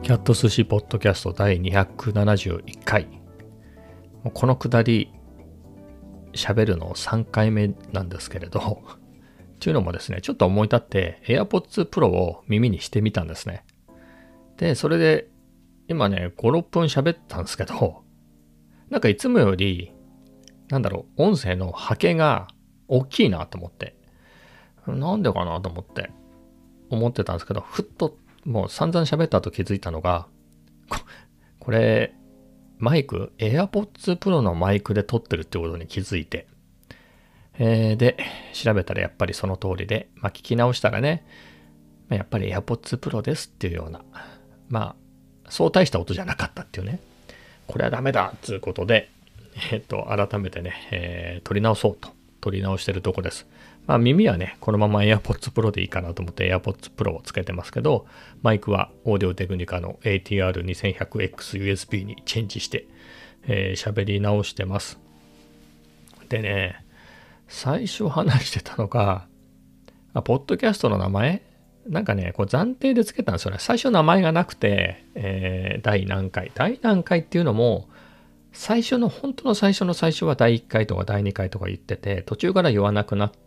キャット寿司ポッドキャスト第271回。もうこのくだり喋るの3回目なんですけれどっていうのもですね、ちょっと思い立って AirPods Pro を耳にしてみたんですね。で、それで今ね、5、6分喋ったんですけど、なんかいつもより音声の波形が大きいなと思って、なんでかなと思ってたんですけど、ふっともう散々喋った後気づいたのが、これマイク AirPods Pro のマイクで撮ってるってことに気づいて、で調べたらやっぱりその通りで、聞き直したらね、やっぱり AirPods Pro ですっていうような、そう大した音じゃなかったっていうね、これはダメだっていうことで、改めてね、撮り直してるとこです。耳はね、このまま AirPods Pro でいいかなと思って AirPods Pro をつけてますけど、マイクはオーディオテクニカの ATR2100X USB にチェンジして、喋り直してます。でね、最初話してたのが、ポッドキャストの名前これ暫定でつけたんですよね。最初名前がなくて、第何回っていうのも、本当の最初の最初は第1回とか第2回とか言ってて、途中から言わなくなって、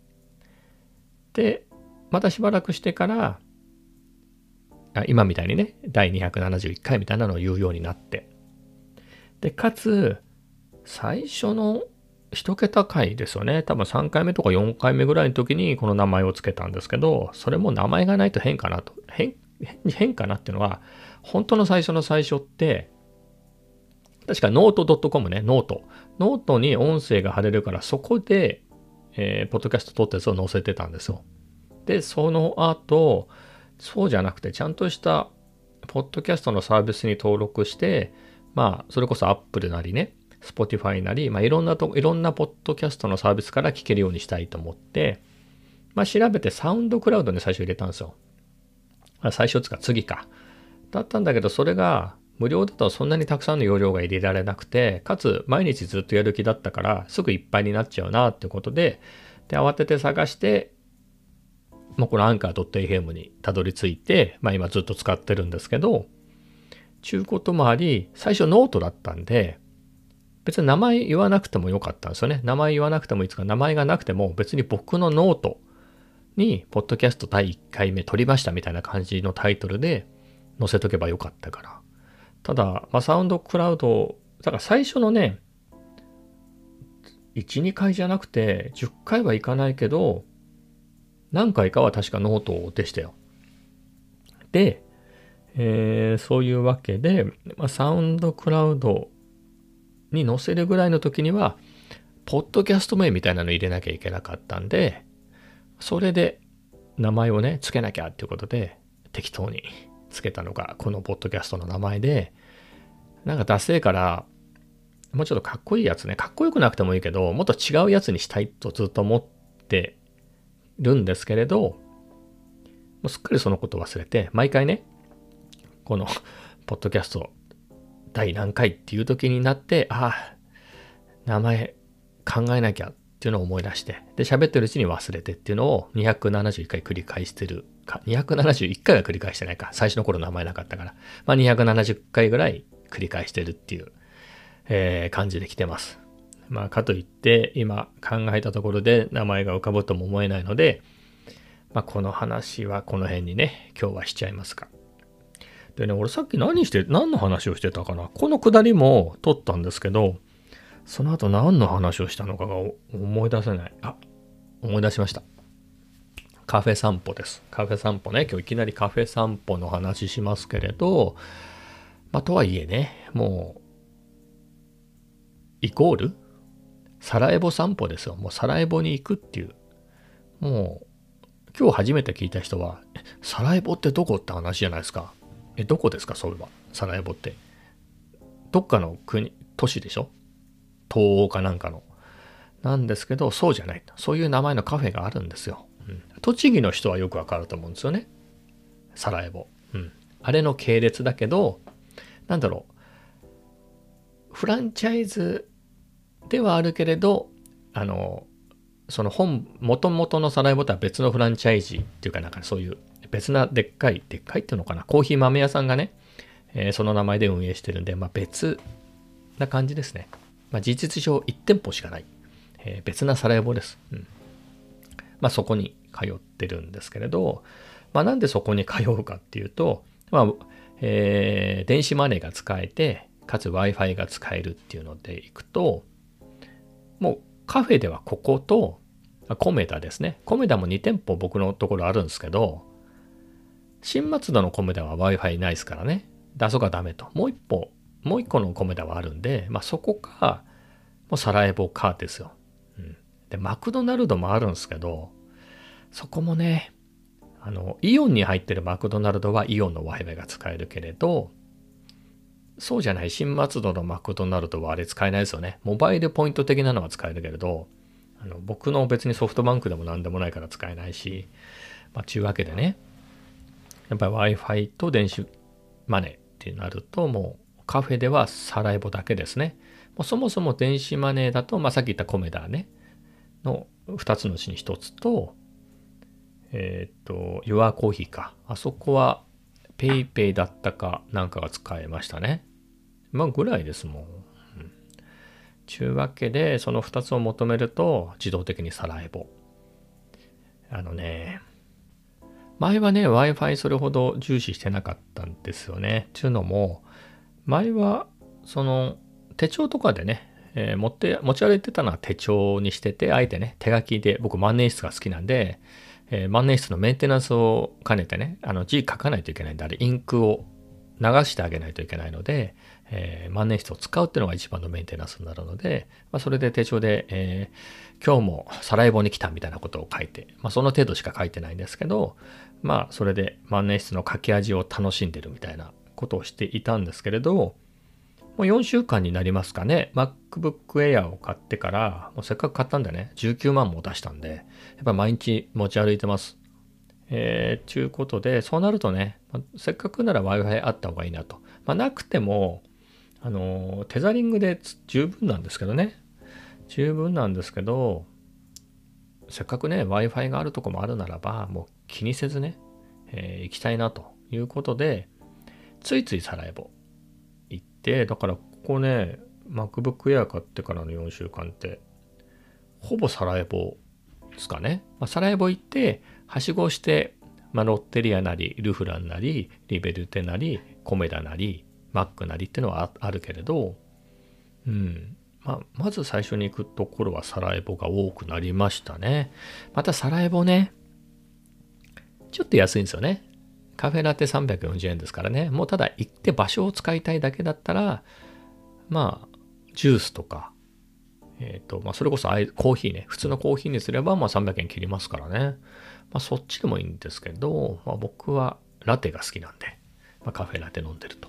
で、またしばらくしてから、今みたいにね、第271回みたいなのを言うようになって、で、かつ、最初の一桁回ですよね。多分3回目とか4回目ぐらいの時にこの名前をつけたんですけど、それも名前がないと変かなと。変かなっていうのは、本当の最初の最初って、確かノート .com ね、ノートに音声が貼れるから、そこで、ポッドキャスト撮ったやつを載せてたんですよ。で、その後、そうじゃなくて、ちゃんとした、ポッドキャストのサービスに登録して、それこそ Apple なりね、Spotify なり、いろんなポッドキャストのサービスから聞けるようにしたいと思って、調べてサウンドクラウドに最初入れたんですよ。最初つか次か。だったんだけど、それが無料だとそんなにたくさんの容量が入れられなくて、かつ毎日ずっとやる気だったから、すぐいっぱいになっちゃうなってことで、慌てて探して、このアンカー .fm にたどり着いて、今ずっと使ってるんですけど、ちゅうこともあり、最初ノートだったんで、別に名前言わなくてもよかったんですよね。名前言わなくてもいいですが、名前がなくても別に僕のノートに、ポッドキャスト第1回目撮りましたみたいな感じのタイトルで載せとけばよかったから。ただ、サウンドクラウド、だから最初のね、1、2回じゃなくて、10回はいかないけど、何回かは確かノートでしたよ。で、そういうわけで、サウンドクラウドに載せるぐらいの時には、ポッドキャスト名みたいなの入れなきゃいけなかったんで、それで名前をね、つけなきゃっていうことで、適当につけたのが、このポッドキャストの名前で、ダセーから、もうちょっとかっこいいやつね、かっこよくなくてもいいけど、もっと違うやつにしたいとずっと思ってるんですけれど、もうすっかりそのこと忘れて、毎回ね、このポッドキャスト第何回っていう時になって、名前考えなきゃっていうのを思い出して、で、喋ってるうちに忘れてっていうのを271回繰り返してるか、271回は繰り返してないか、最初の頃名前なかったから、270回ぐらい繰り返してるっていう、感じで来てます。かといって、今考えたところで名前が浮かぶとも思えないので、この話はこの辺にね、今日はしちゃいますか。でね、俺さっき何の話をしてたかな。このくだりも撮ったんですけど、その後何の話をしたのかが思い出せない。思い出しました。カフェ散歩です。カフェ散歩ね。今日いきなりカフェ散歩の話しますけれど、とはいえね、もう、イコールサラエボ散歩ですよ。もうサラエボに行くっていう。もう、今日初めて聞いた人は、サラエボってどこって話じゃないですか。どこですか、それは。サラエボって。どっかの都市でしょ？東欧かなんかの。なんですけど、そうじゃない。そういう名前のカフェがあるんですよ。栃木の人はよくわかると思うんですよね。サラエボ。あれの系列だけど、フランチャイズではあるけれど、 その元々のサラエボとは別のフランチャイジっていうかなんかそういう別なでっかいっていうのかな、コーヒー豆屋さんがね、その名前で運営してるんで、別な感じですね。事実上1店舗しかない、別なサラエボです。そこに通ってるんですけれど、なんでそこに通うかっていうと、電子マネーが使えて、かつ Wi-Fi が使えるっていうので行くと、もうカフェではここと、コメダですね。コメダも2店舗僕のところあるんですけど、新松戸のコメダは Wi-Fi ないですからね。あそこはダメと。もう一個のコメダはあるんで、そこか、もうサラエボかですよ。で、マクドナルドもあるんですけど、そこもね、イオンに入ってるマクドナルドはイオンの Wi-Fi が使えるけれど、そうじゃない新松戸のマクドナルドはあれ使えないですよね。モバイルポイント的なのは使えるけれど、僕の別にソフトバンクでも何でもないから使えないし、ちゅうわけでね、やっぱり Wi-Fi と電子マネーってなると、もうカフェではサラエボだけですね。もうそもそも電子マネーだと、さっき言ったコメダね、の2つのうちに1つと、ユアコーヒーか。あそこはペイペイだったかなんかが使えましたね。ぐらいですもん。ちゅうわけで、その2つを求めると自動的にサラエボ。前はね、Wi-Fi それほど重視してなかったんですよね。ちゅうのも、前は、その、手帳とかでね、持ち歩いてたのは手帳にしてて、あえてね、手書きで、僕万年筆が好きなんで、万年筆のメンテナンスを兼ねてね、字書かないといけないんで、あれ、インクを流してあげないといけないので、万年筆を使うっていうのが一番のメンテナンスになるので、それで手帳で、今日もサラエボに来たみたいなことを書いて、その程度しか書いてないんですけど、それで万年筆の書き味を楽しんでるみたいなことをしていたんですけれど、もう4週間になりますかね。MacBook Air を買ってから、もうせっかく買ったんでね、19万も出したんで、やっぱ毎日持ち歩いてます。ちゅうことで、そうなるとね、せっかくなら Wi-Fi あった方がいいなと。なくても、テザリングで十分なんですけどね。十分なんですけど、せっかくね、Wi-Fi があるとこもあるならば、もう気にせずね、行きたいなということで、ついついサラエボ行って、だからここね、MacBook Air 買ってからの4週間って、ほぼサラエボですかね。サラエボ行って、はしごして、ロッテリアなり、ルフランなり、リベルテなり、コメダなり、マックなりっていうのはあるけれど、まず最初に行くところはサラエボが多くなりましたね。またサラエボね、ちょっと安いんですよね。カフェラテ340円ですからね。もうただ行って場所を使いたいだけだったら、ジュースとか、それこそコーヒーね、普通のコーヒーにすれば300円切りますからね。そっちでもいいんですけど、僕はラテが好きなんで、カフェラテ飲んでると。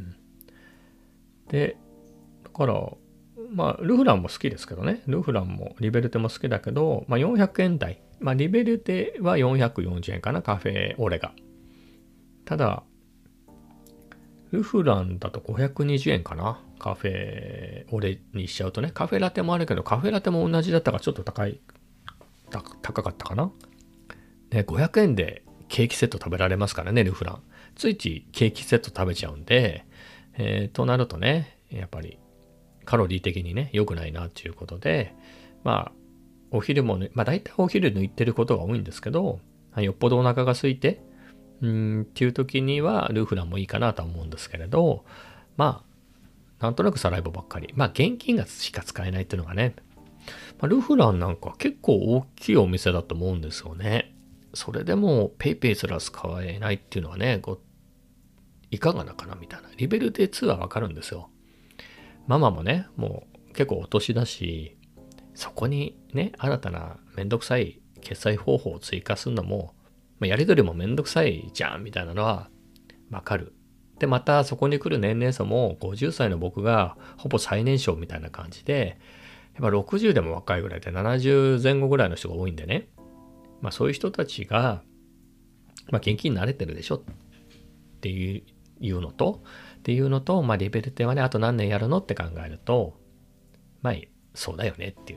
で、だから、ルフランも好きですけどね。ルフランもリベルテも好きだけど、400円台。リベルテは440円かな、カフェオレが。ただ、ルフランだと520円かな。カフェオレにしちゃうとね。カフェラテもあるけど、カフェラテも同じだったからちょっと高かったかな。ね、500円でケーキセット食べられますからね、ルフラン。ついついケーキセット食べちゃうんで、となるとね、やっぱりカロリー的にね、良くないなっていうことで、お昼もね、大体お昼抜いてることが多いんですけど、よっぽどお腹が空いて、っていう時にはルフランもいいかなとは思うんですけれど、なんとなくサラエボばっかり。現金がしか使えないっていうのがね、ルフランなんか結構大きいお店だと思うんですよね。それでもペイペイすら使えないっていうのはね、いかがなかなみたいな。リベルテ2はわかるんですよ。ママもね、もう結構お年だし、そこにね、新たなめんどくさい決済方法を追加するのも、やり取りもめんどくさいじゃんみたいなのはわかる。で、またそこに来る年齢層も50歳の僕がほぼ最年少みたいな感じで、やっぱ60でも若いぐらいで70前後ぐらいの人が多いんでね。そういう人たちが、現金慣れてるでしょっていうのと、リベルテはね、あと何年やるのって考えると、そうだよねっていう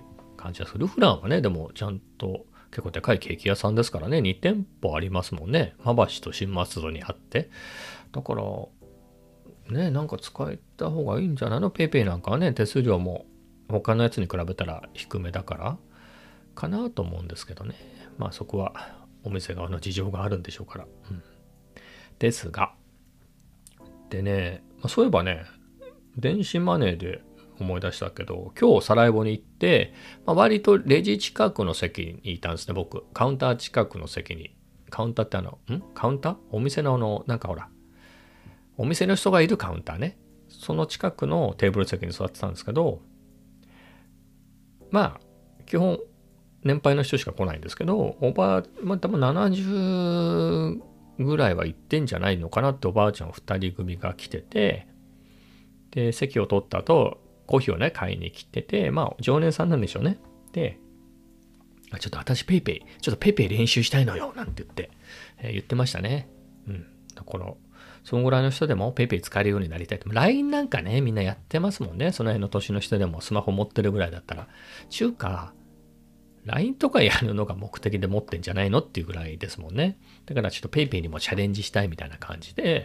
感じがする。ルフランはね、でもちゃんと結構でかいケーキ屋さんですからね、2店舗ありますもんね。馬橋と新松戸にあって。だから、ね、なんか使えた方がいいんじゃないの？ペイペイなんかはね、手数料も他のやつに比べたら低めだからかなと思うんですけどね。まあそこはお店側の事情があるんでしょうから。ですが、でね、そういえばね、電子マネーで思い出したけど、今日サラエボに行って、割とレジ近くの席にいたんですね、僕。カウンター近くの席に。カウンターってカウンター？お店のなんかほら、お店の人がいるカウンターね。その近くのテーブル席に座ってたんですけど、基本、年配の人しか来ないんですけど、多分70ぐらいは行ってんじゃないのかなっておばあちゃん2人組が来てて、で、席を取った後、コーヒーをね、買いに来てて、常連さんなんでしょうね。で、ちょっと私ペイペイ、ちょっとペイペイ練習したいのよ、なんて言って、言ってましたね。そのぐらいの人でもペイペイ使えるようになりたいと。LINE なんかね、みんなやってますもんね。その辺の年の人でもスマホ持ってるぐらいだったら。中華、LINE とかやるのが目的で持ってんじゃないのっていうぐらいですもんね。だからちょっと PayPay にもチャレンジしたいみたいな感じで、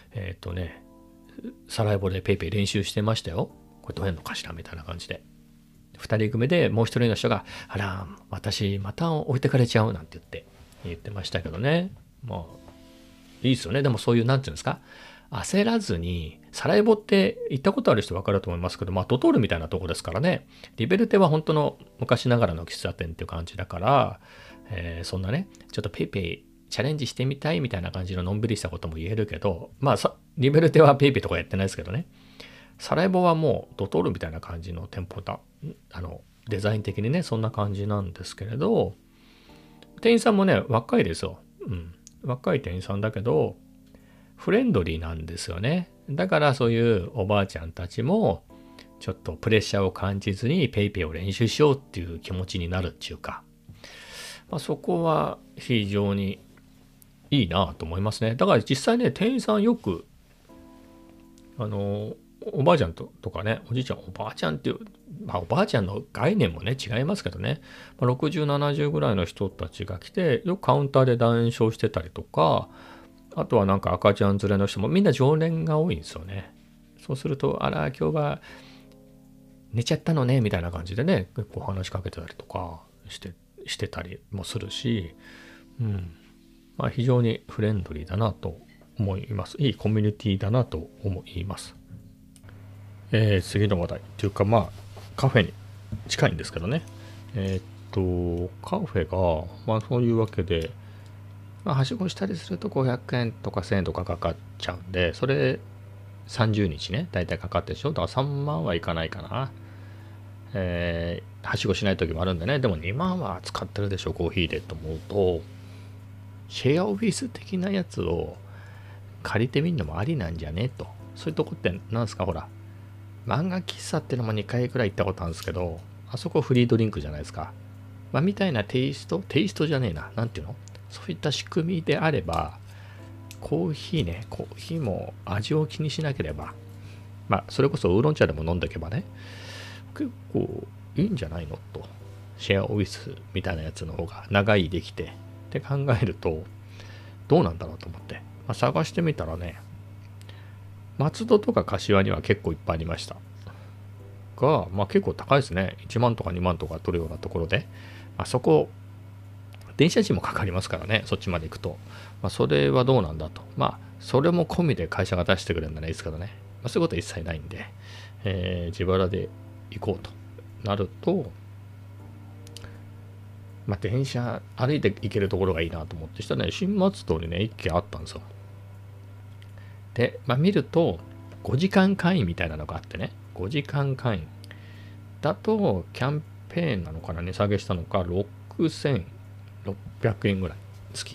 サラエボで PayPay 練習してましたよ。これどうやるのかしらみたいな感じで。二人組でもう一人の人が、あら、私また置いてかれちゃうなんて言ってましたけどね。いいですよね。でもそういう、なんていうんですか。焦らずに、サラエボって行ったことある人分かると思いますけど、ドトールみたいなとこですからね。リベルテは本当の昔ながらの喫茶店っていう感じだから、そんなね、ちょっとペイペイチャレンジしてみたいみたいな感じののんびりしたことも言えるけど、リベルテはペイペイとかやってないですけどね。サラエボはもうドトールみたいな感じの店舗だ。デザイン的にね、そんな感じなんですけれど、店員さんもね、若いですよ。若い店員さんだけど、フレンドリーなんですよね。だからそういうおばあちゃんたちもちょっとプレッシャーを感じずにペイペイを練習しようっていう気持ちになるっていうか、そこは非常にいいなと思いますね。だから実際ね、店員さんよくおばあちゃんとかね、おじいちゃん、おばあちゃんっていう、おばあちゃんの概念もね、違いますけどね、60、70ぐらいの人たちが来て、よくカウンターで談笑してたりとか、あとはなんか赤ちゃん連れの人もみんな常連が多いんですよね。そうすると、あら、今日は寝ちゃったのね、みたいな感じでね、結構話しかけてたりとかしてたりもするし、非常にフレンドリーだなと思います。いいコミュニティだなと思います。次の話題というかカフェに近いんですけどね。カフェが、そういうわけで、はしごしたりすると500円とか1000円とかかかっちゃうんで、それ30日ね、だいたいかかってでしょ。だから3万はいかないかな。はしごしない時もあるんでね、でも2万は使ってるでしょ、コーヒーでと思うと、シェアオフィス的なやつを借りてみるのもありなんじゃねと。そういうとこってなんですか、ほら、漫画喫茶ってのも2回くらい行ったことあるんですけど、あそこフリードリンクじゃないですか。みたいなテイストじゃねえな。なんていうの？そういった仕組みであれば、コーヒーも味を気にしなければ、それこそウーロン茶でも飲んでおけばね、結構いいんじゃないのと。シェアオフィスみたいなやつの方が長いできて、って考えると、どうなんだろうと思って。探してみたらね、松戸とか柏には結構いっぱいありましたが、結構高いですね。1万とか2万とか取るようなところで、そこ電車賃もかかりますからね、そっちまで行くと。それはどうなんだと。それも込みで会社が出してくれるんならいいですけどね。そういうことは一切ないんで、自腹で行こうとなると、電車歩いて行けるところがいいなと思ってしたらね、新松戸にね、一軒あったんですよ。で、見ると、5時間会員みたいなのがあってね、5時間会員だと、キャンペーンなのかな、値下げしたのか、6600円ぐらい、月。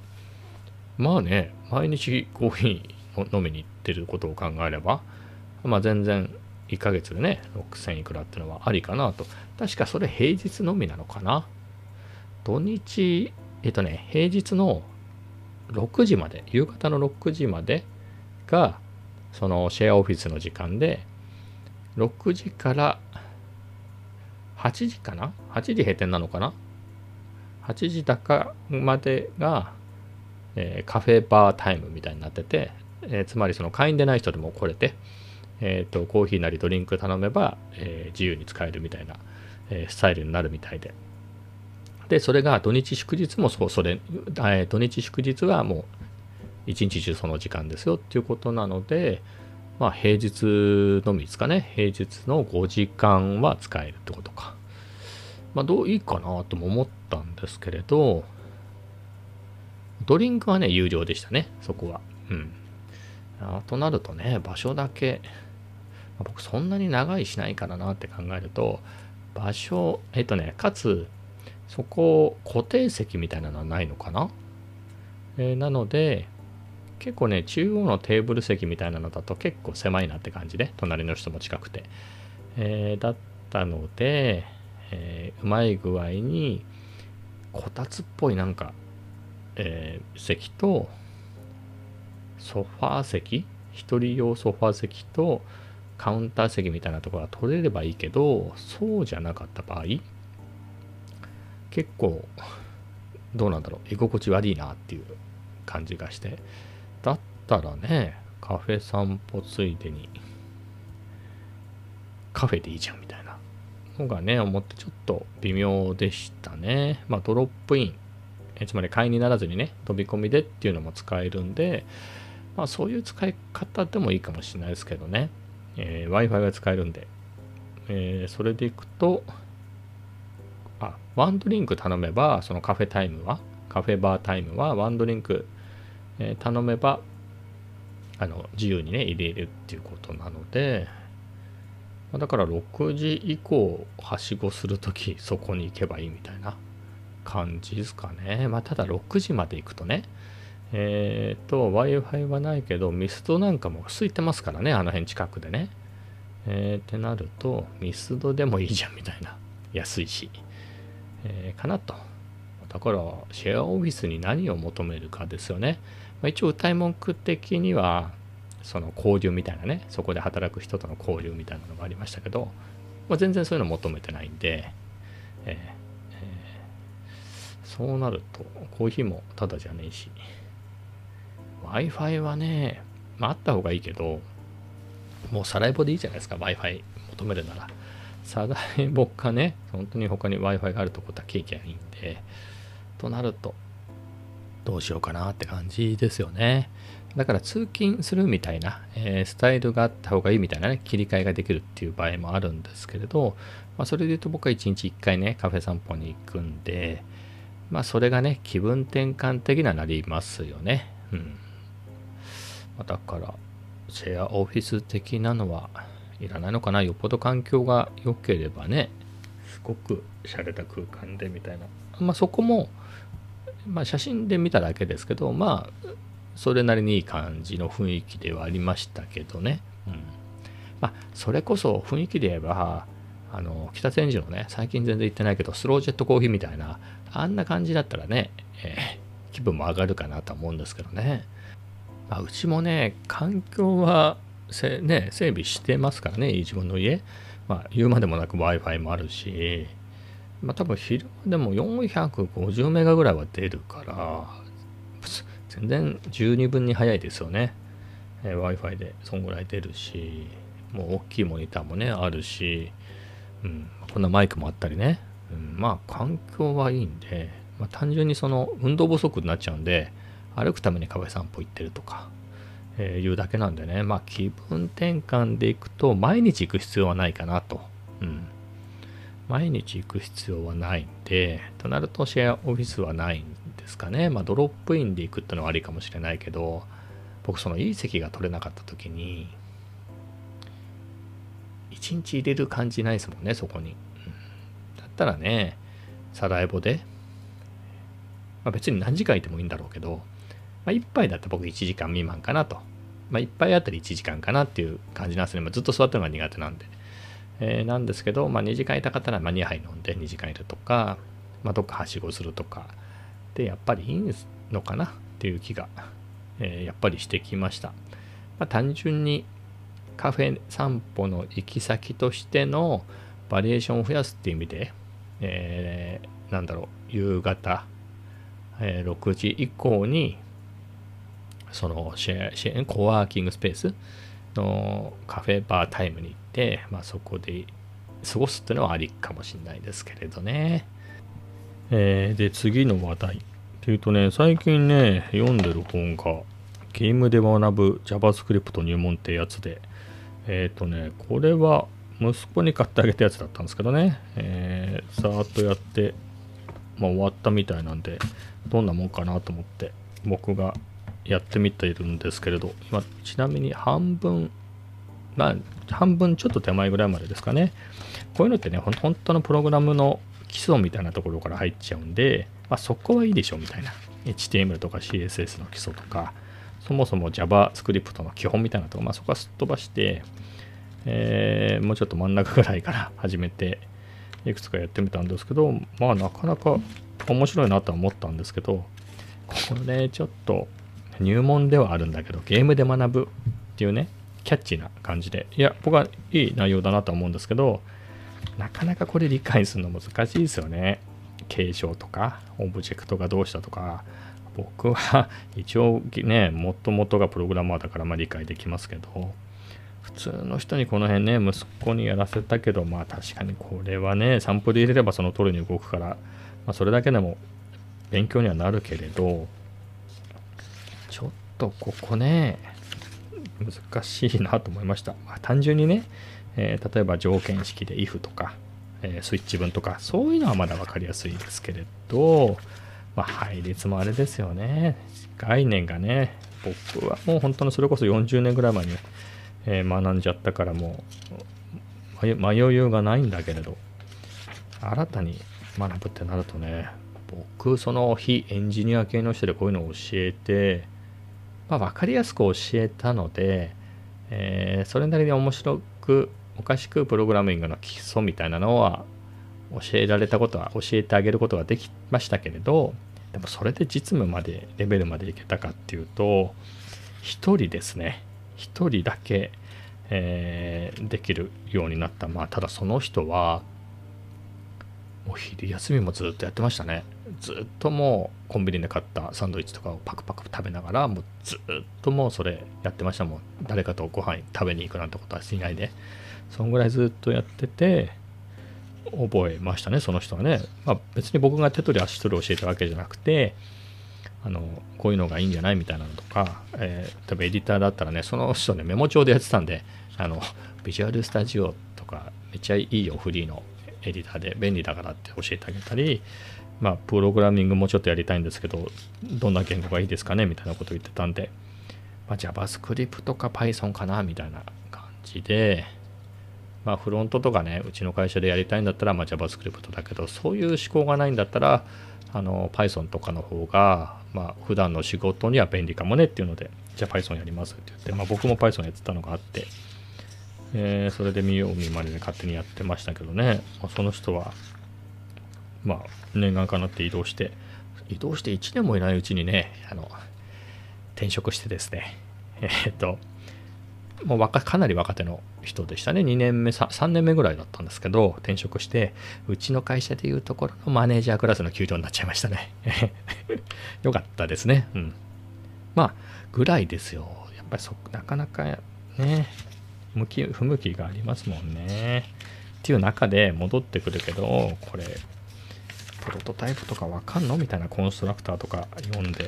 毎日コーヒーを飲みに行ってることを考えれば、全然1ヶ月でね、6000いくらってのはありかなと。確かそれ平日のみなのかな。土日、平日の6時まで、夕方の6時までが、そのシェアオフィスの時間で、6時から 8時かな ?8 時閉店なのかな？ 8 時だかまでが、カフェバータイムみたいになってて、つまりその会員でない人でも来れて、コーヒーなりドリンク頼めば、自由に使えるみたいな、スタイルになるみたいで。で、それが土日祝日も土日祝日はもう一日中その時間ですよっていうことなので、まあ平日のみですかね。平日の5時間は使えるってことか。まあどういいかなとも思ったんですけれど、ドリンクはね、有料でしたね、そこは。うん。となるとね、場所だけ、僕そんなに長いしないからなって考えると、場所、かつ、そこ、固定席みたいなのはないのかな、なので、結構ね、中央のテーブル席みたいなのだと結構狭いなって感じで、隣の人も近くて。だったので、うまい具合に、こたつっぽいなんか、席と、ソファー席、一人用ソファー席とカウンター席みたいなところが取れればいいけど、そうじゃなかった場合、結構、どうなんだろう、居心地悪いなっていう感じがして、だったらね、カフェ散歩ついでに、カフェでいいじゃんみたいなのがね、思ってちょっと微妙でしたね。まあ、ドロップイン、つまり会員にならずにね、飛び込みでっていうのも使えるんで、まあそういう使い方でもいいかもしれないですけどね。Wi-Fi が使えるんで。それでいくと、ワンドリンク頼めば、そのカフェバータイムはワンドリンク、頼めば、自由にね、入れるっていうことなので、だから6時以降、はしごするとき、そこに行けばいいみたいな感じですかね。まあただ6時まで行くとね、Wi-Fi はないけど、ミスドなんかも空いてますからね、あの辺近くでね。ってなると、ミスドでもいいじゃんみたいな。安いし。かなと。だから、シェアオフィスに何を求めるかですよね。まあ、一応、歌い文句的には、その交流みたいなね、そこで働く人との交流みたいなのがありましたけど、まあ、全然そういうの求めてないんで、そうなると、コーヒーもタダじゃねえし、Wi-Fi はね、まああった方がいいけど、もうサライボでいいじゃないですか、Wi-Fi 求めるなら。サライボかね、本当に他に Wi-Fi があるとこだけ行きゃいいんで、となると、どうしようかなって感じですよね。だから通勤するみたいな、スタイルがあった方がいいみたいなね、切り替えができるっていう場合もあるんですけれど、まあ、それで言うと僕は1日1回ね、カフェ散歩に行くんで、まあそれがね、気分転換的にはなりますよね。うん。だから、シェアオフィス的なのはいらないのかな。よっぽど環境が良ければね、すごく洒落た空間でみたいな。まあそこも、まあ写真で見ただけですけど、まあ、それなりにいい感じの雰囲気ではありましたけどね。うん。まあ、それこそ雰囲気で言えば、北千住のね、最近全然行ってないけど、スロージェットコーヒーみたいな、あんな感じだったらね、気分も上がるかなと思うんですけどね。まあ、うちもね、環境は整備してますからね、自分の家。まあ、言うまでもなく Wi-Fi もあるし、まあ多分昼間でも450メガぐらいは出るから、全然十二分に早いですよね。Wi-Fi でそんぐらい出るし、もう大きいモニターもね、あるし、うん、こんなマイクもあったりね、うん、まあ環境はいいんで、まあ、単純にその運動不足になっちゃうんで、歩くためにカフェ散歩行ってるとか、いうだけなんでね、まあ気分転換で行くと毎日行く必要はないかなと。うん。毎日行く必要はないんで、となるとシェアオフィスはないんですかね。まあドロップインで行くってのはありかもしれないけど、僕そのいい席が取れなかった時に、一日入れる感じないですもんね、そこに。だったらね、サラエボで、まあ、別に何時間いてもいいんだろうけど、まあ、1杯だったら僕1時間未満かなと。まあ、1杯あたり1時間かなっていう感じなんですね。まあ、ずっと座ってるのが苦手なんで。なんですけど、まあ、2時間いたかったら2杯飲んで2時間いるとか、まあ、どっかはしごするとか。で、やっぱりいいのかなっていう気が、やっぱりしてきました。まあ、単純にカフェ散歩の行き先としてのバリエーションを増やすっていう意味で、夕方、6時以降にそのコワーキングスペースのカフェバータイムに行って、そこで過ごすっていうのはありかもしれないですけれどね。で次の話題っていうとね、最近ね読んでる本がゲームで学ぶ JavaScript 入門ってやつで、これは息子に買ってあげたやつだったんですけどね、さーっとやって、終わったみたいなんで、どんなもんかなと思って僕がやってみているんですけれど、今ちなみに半分ちょっと手前ぐらいまでですかね。こういうのってね、本当のプログラムの基礎みたいなところから入っちゃうんで、そこはいいでしょみたいな。HTML とか CSS の基礎とか、そもそも JavaScript の基本みたいなところ、そこはすっ飛ばして、もうちょっと真ん中ぐらいから始めて、いくつかやってみたんですけど、なかなか面白いなとは思ったんですけど、これちょっと入門ではあるんだけど、ゲームで学ぶっていうね、キャッチーな感じで、僕はいい内容だなと思うんですけど、なかなかこれ理解するの難しいですよね。継承とか、オブジェクトがどうしたとか、僕は一応ね、もともとがプログラマーだから理解できますけど、普通の人にこの辺ね、息子にやらせたけど、確かにこれはね、サンプル入れればその通りに動くから、それだけでも勉強にはなるけれど、ちょっとここね、難しいなと思いました。単純にね、例えば条件式で if とか、スイッチ分とか、そういうのはまだ分かりやすいですけれど、配列もあれですよね。概念がね、僕はもう本当のそれこそ40年ぐらい前に、学んじゃったからもう迷いようがないんだけれど、新たに学ぶってなるとね、僕その非エンジニア系の人でこういうのを教えて、分かりやすく教えたので、それなりに面白くおかしくプログラミングの基礎みたいなのは教えてあげることができましたけれど、でもそれで実務までレベルまでいけたかっていうと、一人ですね、一人だけ、できるようになった。ただその人はもう昼休みもずっとやってましたね。ずっともうコンビニで買ったサンドイッチとかをパクパク食べながら、もうずっともうそれやってました。もう誰かとご飯食べに行くなんてことはしないで、そんぐらいずっとやってて覚えましたね、その人はね。別に僕が手取り足取り教えたわけじゃなくて、こういうのがいいんじゃないみたいなのとか、例えばエディターだったらね、その人ねメモ帳でやってたんで、ビジュアルスタジオとかめっちゃいいよ、フリーのエディターで便利だからって教えてあげたり、プログラミングもちょっとやりたいんですけど、どんな言語がいいですかねみたいなことを言ってたんで、JavaScript か Python かなみたいな感じで、フロントとかね、うちの会社でやりたいんだったらJavaScript だけど、そういう思考がないんだったらPython とかの方が普段の仕事には便利かもねっていうので、じゃあ Python やりますって言って、僕も Python やってたのがあって、それで見よう見まねで勝手にやってましたけどね。その人は念願かなって移動して1年もいないうちにね、転職してですね、もうかなり若手の人でしたね。2年目3年目ぐらいだったんですけど、転職して、うちの会社でいうところのマネージャークラスの給料になっちゃいましたね。よかったですね。ぐらいですよ。やっぱりなかなかね、不向きがありますもんね。っていう中で戻ってくるけど、これプロトタイプとかわかんのみたいなコンストラクターとか読んで、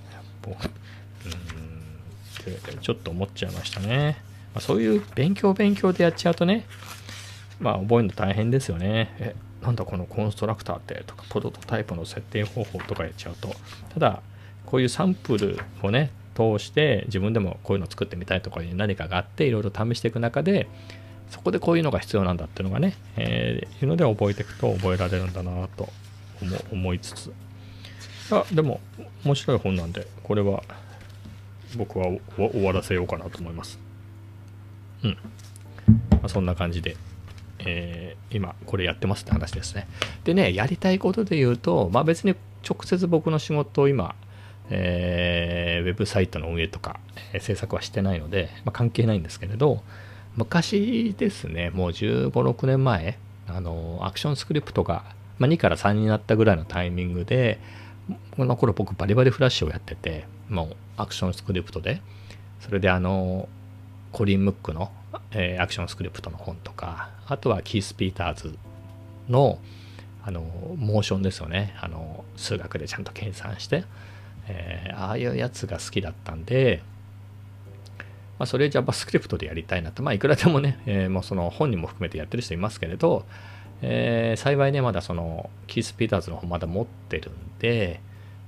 ってちょっと思っちゃいましたね。そういう勉強でやっちゃうとね、覚えるの大変ですよね。なんだこのコンストラクターってとか、プロトタイプの設定方法とかやっちゃうと、ただこういうサンプルをね通して自分でもこういうのを作ってみたいとかいう何かがあって、いろいろ試していく中で、そこでこういうのが必要なんだっていうのがね、いうので覚えていくと覚えられるんだなと思いつつ、でも面白い本なんで、これは僕は終わらせようかなと思います。そんな感じで、今これやってますって話ですね。でね、やりたいことで言うと、別に直接僕の仕事を今、ウェブサイトの運営とか、制作はしてないので、関係ないんですけれど、昔ですね、もう15、6年前アクションスクリプトが、2から3になったぐらいのタイミングで、この頃僕バリバリフラッシュをやってて、もうアクションスクリプトで、それでコリン・ムックの、アクションスクリプトの本とか、あとはキース・ピーターズのモーションですよね。数学でちゃんと計算して、ああいうやつが好きだったんで、それ JavaScript でやりたいなと、いくらでもね、もうその本人も含めてやってる人いますけれど、幸いね、まだそのキース・ピーターズの本まだ持ってるんで、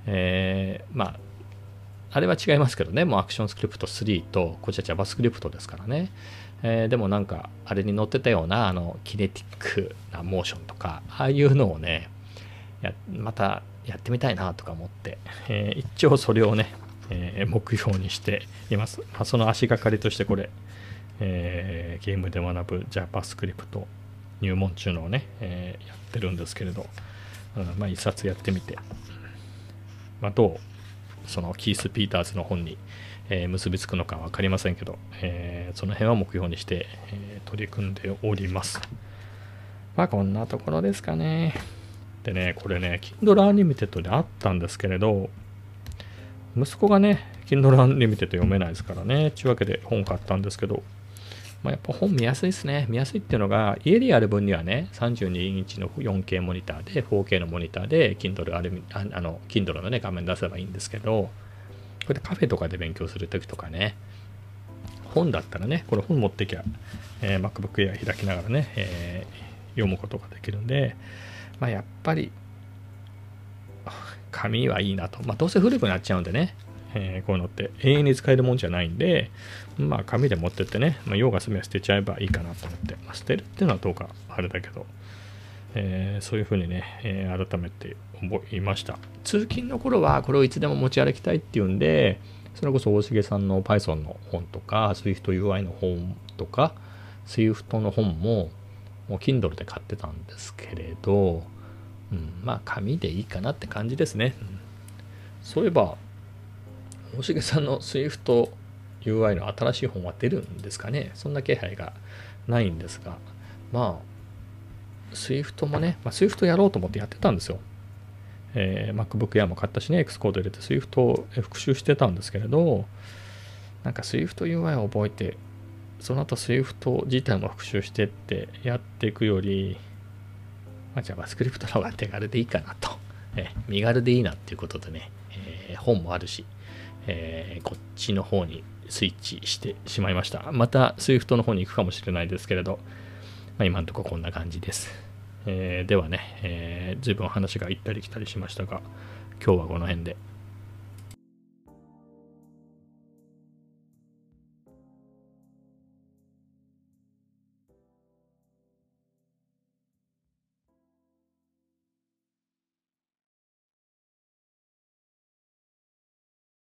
あれは違いますけどね、もうアクションスクリプト3と、こちら JavaScript ですからね。でもなんか、あれに載ってたような、キネティックなモーションとか、ああいうのをね、またやってみたいなとか思って、一応それをね、目標にしています。その足がかりとしてこれ、ゲームで学ぶ JavaScript 入門中のをね、やってるんですけれど、一冊やってみて、どうそのキース・ピーターズの本に、結びつくのか分かりませんけど、その辺は目標にして、取り組んでおります。こんなところですかね。でね、これね、Kindle Unlimited であったんですけれど、息子がね、Kindle Unlimited 読めないですからね、というわけで本買ったんですけど、やっぱ本見やすいですね。見やすいっていうのが、家でやる分にはね、32インチの 4K モニターで、4K のモニターで Kindle のね、画面出せばいいんですけど、これでカフェとかで勉強するときとかね、本だったらね、これ本持ってきゃ、MacBook Air 開きながらね、読むことができるんで、やっぱり、紙はいいなと。どうせ古くなっちゃうんでね、こういうのって永遠に使えるもんじゃないんで、紙で持ってってね、用が済みは捨てちゃえばいいかなと思って、捨てるっていうのはどうかあれだけど、そういうふうにね、改めて思いました。通勤の頃はこれをいつでも持ち歩きたいっていうんで、それこそ大重さんの Python の本とか、SwiftUI の本とか、Swift の本も、もう Kindle で買ってたんですけれど、紙でいいかなって感じですね。そういえば、大重さんの SwiftUI の新しい本は出るんですかね。そんな気配がないんですが、Swift もね、Swift やろうと思ってやってたんですよ。MacBook Air も買ったしね、Xcode 入れて Swift を復習してたんですけれど、SwiftUI を覚えて、その後 Swift 自体も復習してってやっていくより、JavaScript の方が手軽でいいかなと。身軽でいいなっていうことでね、本もあるし、こっちの方にスイッチしてしまいました。また Swift の方に行くかもしれないですけれど、今のところこんな感じです。ではね、随分話が行ったり来たりしましたが、今日はこの辺で。